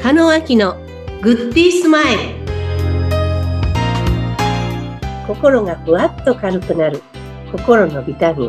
加納明のグッディースマイル。心がふわっと軽くなる心のビタミン。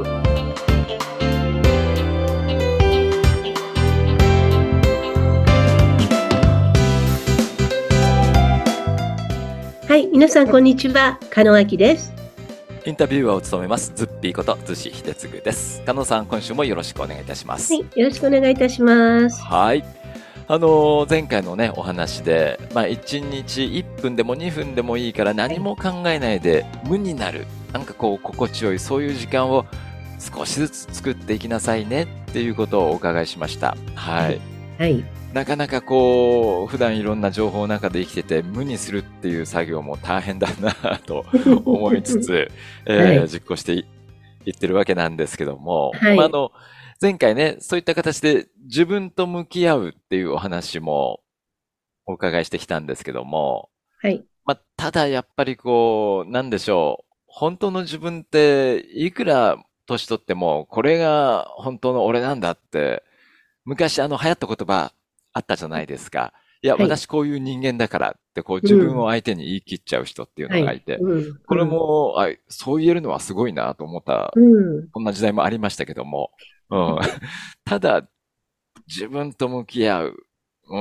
はい、皆さんこんにちは。加納明です。 インタビューアーを務めますズッピーこと逗子秀次です。加納さん、今週もよろしくお願いいたします。 はい、よろしくお願いいたします。 はい。前回のね、お話で、1日1分でも2分でもいいから何も考えないで無になる。なんかこう、心地よい、そういう時間を少しずつ作っていきなさいねっていうことをお伺いしました。はい。 はい。 なかなかこう、普段いろんな情報の中で生きてて無にするっていう作業も大変だなと思いつつ、 はい。 実行していってるわけなんですけども、 はい。 前回ね、そういった形で自分と向き合うっていうお話もお伺いしてきたんですけども、 はい。 ただやっぱりこう、なんでしょう。本当の自分っていくら年取ってもこれが本当の俺なんだって、昔流行った言葉あったじゃないですか。いや、 はい。 私こういう人間だからってこうう自分をん。 相手に言い切っちゃう人っていうはい。 のがいて、 うん。 これうん。 も、そう言えるのはすごいなと思った、 うん。 こんな時代もありましたけども、うん。ただ、自分と向き合う。うん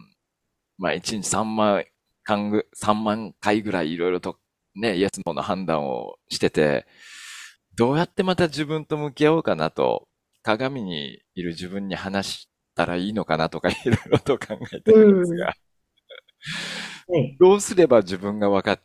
。1日3万回ぐらいいろいろとね、イエスノーの判断をしてて、どうやってまた自分と向き合おうかなと、鏡にいる自分に話したらいいのかなとかいろいろと考えてうるんですん。 が、 はい。 どうすれば自分が分かって、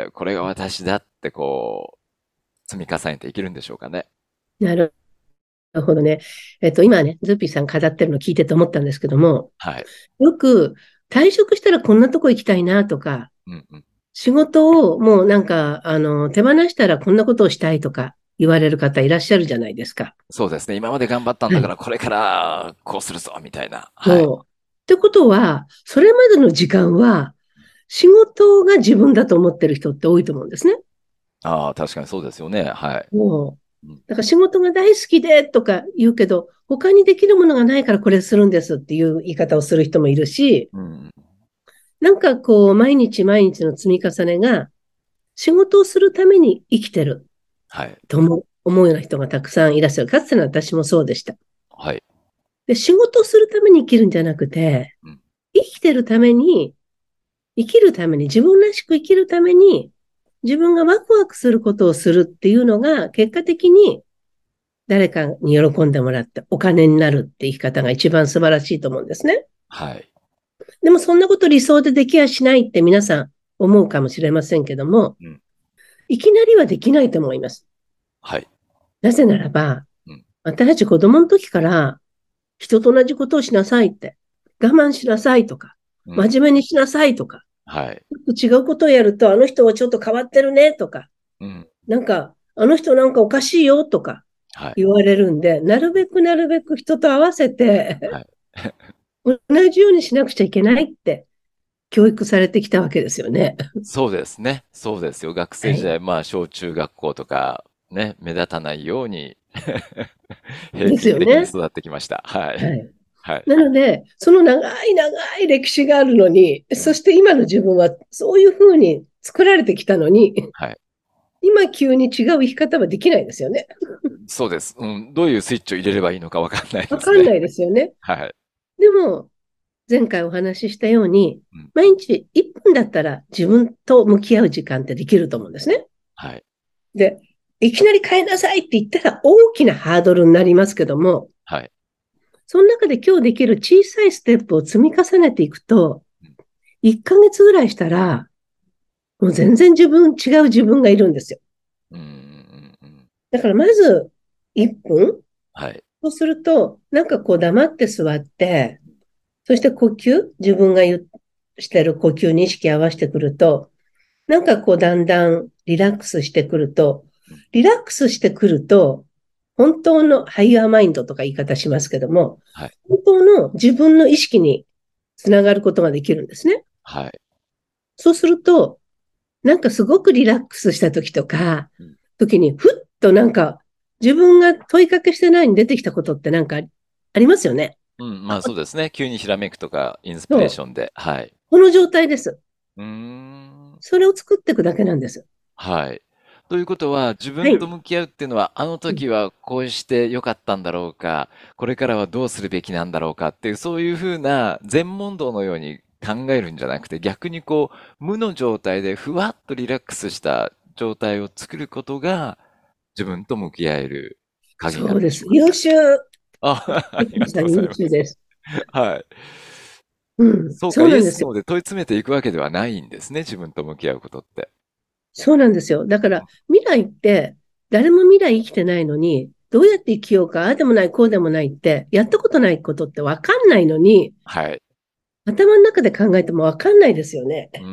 これが私だってこう、積み重ねていけるんでしょうかね。 なるほどね。今ね、ズッピーさん語ってるの聞いてて思ったんですけども、 はい。 よく退職したらこんなとこ行きたいなとか、 うんうん。 仕事をもうなんか、手放したらこんなことをしたいとか言われる方いらっしゃるじゃないですか。 そうですね。今まで頑張ったんはい。 だからこれからこうするぞ、みたいな。はい。 そう。ってことは、それまでの時間は、仕事が自分だと思ってる人って多いと思うんですね。 ああ、確かにそうですよね。はい。 もう、 うん。 だから仕事が大好きでとか言うけど、他にできるものがないからこれするんですっていう言い方をする人もいるし、 うん。 なんかこう、毎日毎日の積み重ねが仕事をするために生きてるはい。 と思うような人がたくさんいらっしゃる。かつての私もそうでした。 はい。 で、仕事をするために生きるんじゃなくて、 うん。 生きてるために、生きるために、自分らしく生きるために、自分がワクワクすることをするっていうのが、結果的に誰かに喜んでもらってお金になるって生き方が一番素晴らしいと思うんですね。 はい。 でもそんなこと理想でできやしないって皆さん思うかもしれませんけども、 うん。 いきなりはできないと思います。 はい。 なぜならば、 うん。 私たち子供の時から人と同じことをしなさいって、我慢しなさいとか、 うん。 真面目にしなさいとか、 はい。 違うことをやると、あの人はちょっと変わってるねとか、 うん。 なんか、あの人なんかおかしいよとかはい。 言われるんで、なるべく人と合わせて、 はい。 同じようにしなくちゃいけないって教育されてきたわけですよね。 そうですね。そうですよ。学はい。 生時代、小中学校とか、ね、目立たないように平です均よね。 的に育ってきました。はい。 はい。 はい。 なので、その長い長い歴史があるのに、 うん。 そして今の自分はそういうふうに作られてきたのに、 はい。 今急に違う生き方はできないですよね。 そうです。うん。どういうスイッチを入れればいいのかわかんないですね。 わかんないですよね。 はい。 でも、前回お話ししたように、 うん。 毎日1分だったら自分と向き合う時間ってできると思うんですね。 はい。 で、いきなり変えなさいって言ったら大きなハードルになりますけども、 はい。 その中で今日できる小さいステップを積み重ねていくと、 うん。 1ヶ月ぐらいしたら、もう全然違う自分がいるんですよ。 うん。うん。うん。 だからまず1分、 はい。 そうすると、なんかこう黙って座って、そして自分がしてる呼吸に意識を合わせてくると、なんかこうだんだんリラックスしてくると、 うん。 リラックスしてくると、本当のハイヤーマインドとか言い方しますけども、 はい。 本当の自分の意識につながることができるんですね。 はい。 そうすると、なんかすごくリラックスした時とか、 うん。 時にふっとなんか自分が問いかけしてないに出てきたことってなんかありますよね。 うん、まあそうですね。急にひらめくとか、インスピレーそう。 ションで。はい。 この状態です。 うーん。 それを作っていくだけなんです。 はい。ということは、自はい。 分と向き合うっていうのは、あのうん、 時はこうしてよかったんだろうか、これからはどうするべきなんだろうかっていう、そういうふうな全問答のように考えるんじゃなくて、逆にこう、無の状態でふわっとリラックスした状態を作ることが、自分と向き合える鍵になるとそうです。 しますか。 優秀。 あ、ありがとうごさん優ざいます。 秀です。 はい。 うん。 そうか、イエス、 そうなんですよ。 ノーで問い詰めていくわけではないんですね、自分と向き合うことって。 そうなんですよ。だから、未来って、誰も未来生きてないのに、どうやって生きようか、ああでもない、こうでもないって、やったことないことってわかんないのに、 はい。 頭の中で考えてもわかんないですよね。 うん。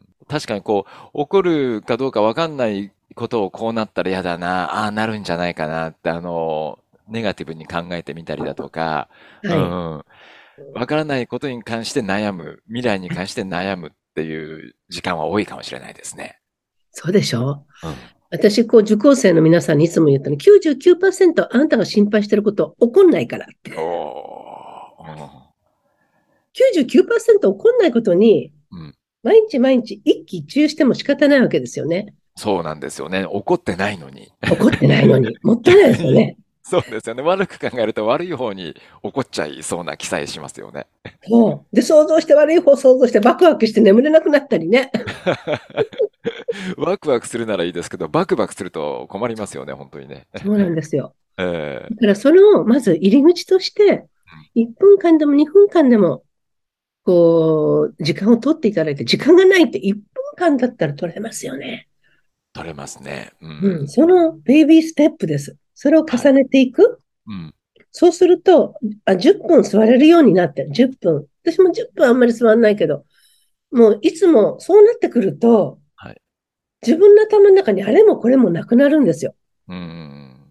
確かにこう、起こるかどうかわかんないことをこうなったら嫌だな、ああなるんじゃないかなって、ネガティブに考えてみたりだとか、うはい。 ん。わからないことに関して悩む、未来に関して悩むっていう時間は多いかもしれないですね。 そうでしょ？ うん。 私、こう、受講生の皆さんにいつも言ったの、99%あなたが心配してること起こんないからって。 おー。 99%起こんないことに、 うん。うん。 毎日毎日一喜一憂しても仕方ないわけですよね。 そうなんですよね。怒ってないのに。 怒ってないのに。もったいないで逆に、 すよね。 そうですよね。悪く考えると悪い方に怒っちゃいそうな気さえしますよね。 そう。で、想像して悪い方想像してバクバクして眠れなくなったりね。 ワクワクするならいいですけど、バクバクすると困りますよね、本当にね。 そうなんですよ。 ええ。 だからそれをまず入り口として、1分間でも2分間でも、こう、時間を取っていただいて、時間がないって1分間だったら取れますよね。 取れますね。ううん。 ん。 そのベイビーステップです。それをはい。 重ねていく。 うん。 そうすると、10分座れるようになって、10分。私も10分あんまり座らないけど、もういつもそうなってくると、 はい。 自分の頭の中にあれもこれもなくなるんですよ。 うん。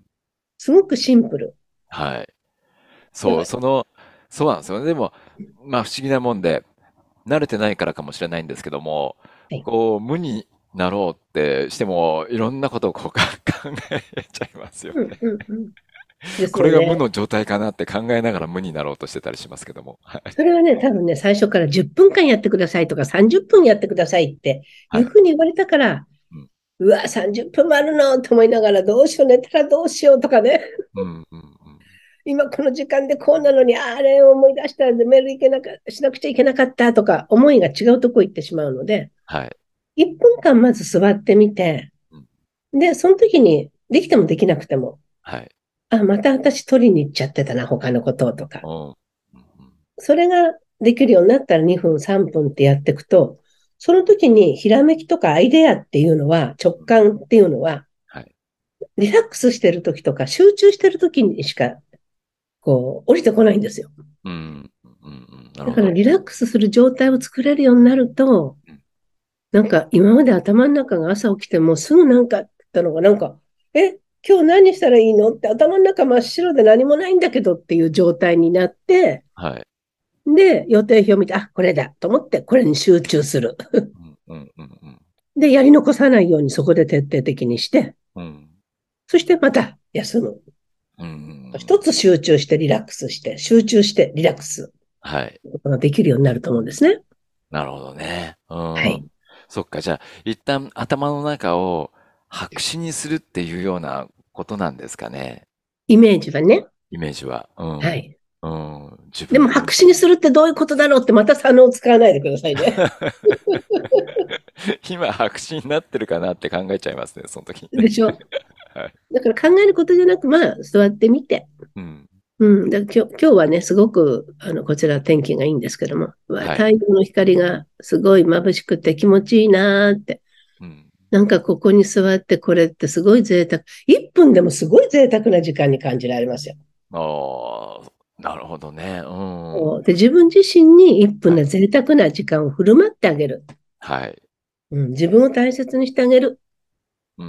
すごくシンプル。 はい。そう、 だから、 そうなんですよね。でも、まあ不思議なもんで、慣れてないからかもしれないんですけども、 はい。 こう、無になろうってしても、いろんなことをこう考えちゃいますようんね。 うんうん。ですこれが無よね。 の状態かなって考えながら無になろうとしてたりしますけども。はい。 それはね、多分ね、最初から10分間やってくださいとか30分やってくださいっていはい。 うふうに言われたから、 うん。 うわ、30分もあるのと思いながら、どうしよう、寝たらどうしようとかね。 うん。うん。うん。 今この時間でこうなのに、あれを思い出したらメールいけなかしなくちゃいけなかったとか、思いが違うとこ行ってしまうので、 はい。 1分間まず座ってみて、 うん。 で、その時にできてもできなくても、 はい。 あ、また私取りに行っちゃってたな、他のこととか。 うん。うん。 それができるようになったら2分、3分ってやっていくと、その時にひらめきとかアイデアっていうのは、直うん。 感っていうのは、 はい。 リラックスしてる時とか集中してる時にしか、こう、降りてこないんですよ。 うん。うん。うん。なるだからほど。 リラックスする状態を作れるようになると、 うん。 なんか今まで頭の中が朝起きてもすぐなんかあったのが、なんか、今日何したらいいのって頭の中真っ白で何もないんだけどっていう状態になって、 はい。 で、予定表を見て、あ、これだと思って、これに集中する。 うん。うん。うん。うん。 で、やり残さないようにそこで徹底的にして、 うん。 そしてまた休む。 うん。 一つ集中してリラックスして、集中してリラックスはい。 ができるようになると思うんですね。 なるほどね。うん。 はい。 そっか。じゃあ、一旦頭の中を白紙にするっていうようなことなんですかね。 イメージはね。 イメージは。うん。 はい。 うん。自でも分と向き合う。 白紙にするってどういうことだろうってまた左脳を使わないでくださいね。 今、白紙になってるかなって考えちゃいますね、その時にね。 でしょ？ はい。 だから考えることじゃなく、まあ、座ってみて。 うん。 うん。今日はね、すごく、こちら天気がいいんですけども、 はい。 太陽の光がすごい眩しくて気持ちいいなーって。 うん。 なんかここに座ってこれってすごい贅沢。1分でもすごい贅沢な時間に感じられますよ。 ああ、なるほどね。うん。 で、自分自身に1分はい。 の贅沢な時間を振る舞ってあげる。 はい。 うん、自分を大切にしてあげる。 うん。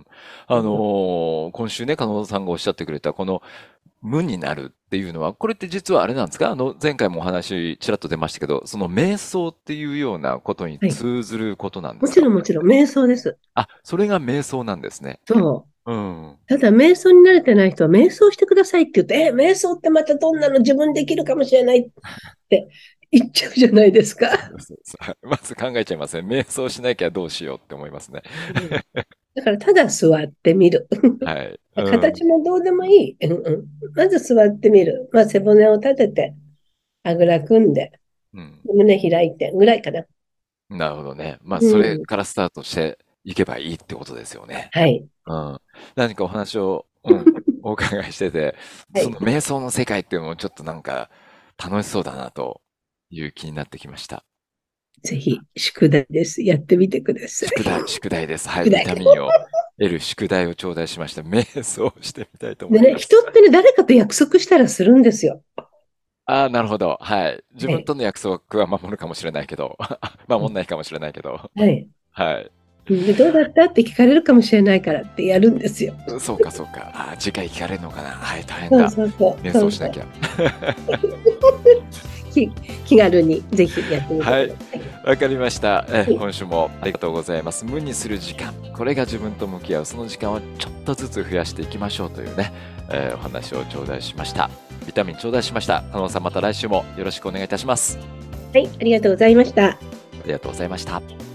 うん、 今週ね、加納さんがおっしゃってくれた、この無になるっていうのは、これって実はあれなんですか？前回もお話ちらっと出ましたけど、その瞑想っていうようなことにはい。 通ずることなんでもすか？ ちろんもちろん、瞑想です。 あ、それが瞑想なんですね。 そうん。 ただ、瞑想に慣れてない人は、瞑想してくださいって言うと、瞑想ってまたどんなの自分できるかもしれないって言っちゃうじゃないですか。 そうそうそう。まず考えちゃいますね。瞑想しなきゃどうしようって思いますね。 うん、だから、ただ座ってみる。 はい。うん。 形もどうでもいい。まず座ってみる。まあ、背骨を立てて、あぐら組んで、 うん。 胸開いて、ぐらいかな。 なるほどね。まあ、 うそれん。 からスタートしていけばいいってことですよね。 はい。 うん。何かお話を、お伺いしてて、そのはい。 瞑想の世界っていうのもちょっとなんか楽しそうだなという気になってきました。 ぜひ、宿題です。やってみてください。 宿題です。はい。ビ宿題。 タミンを得る宿題を頂戴しました。瞑想をしてみたいと思でね、 います。 人ってね、誰かと約束したらするんですよ。 ああ、なるほど。はい。自はい。 分との約束は守るかもしれないけど、守んないかもしれないけど、 はい。 はい。 で、どうだったって聞かれるかもしれないからってやるんですよ。 そうか、そうか。あー、次回聞かれるのかな。はい、大変そうだ。 そうそう。 瞑そうそう。 想しなきゃ。 気軽にぜひやってみてはい。 ください。 わかりました。 はい。 今週もありがとうございます。無にする時間。これが自分と向き合う。その時間をちょっとずつ増やしていきましょうというね、お話を頂戴しました。ビタミン頂戴しました。加納さん、また来週もよろしくお願いいたします。 はい。ありがとうございました。 ありがとうございました。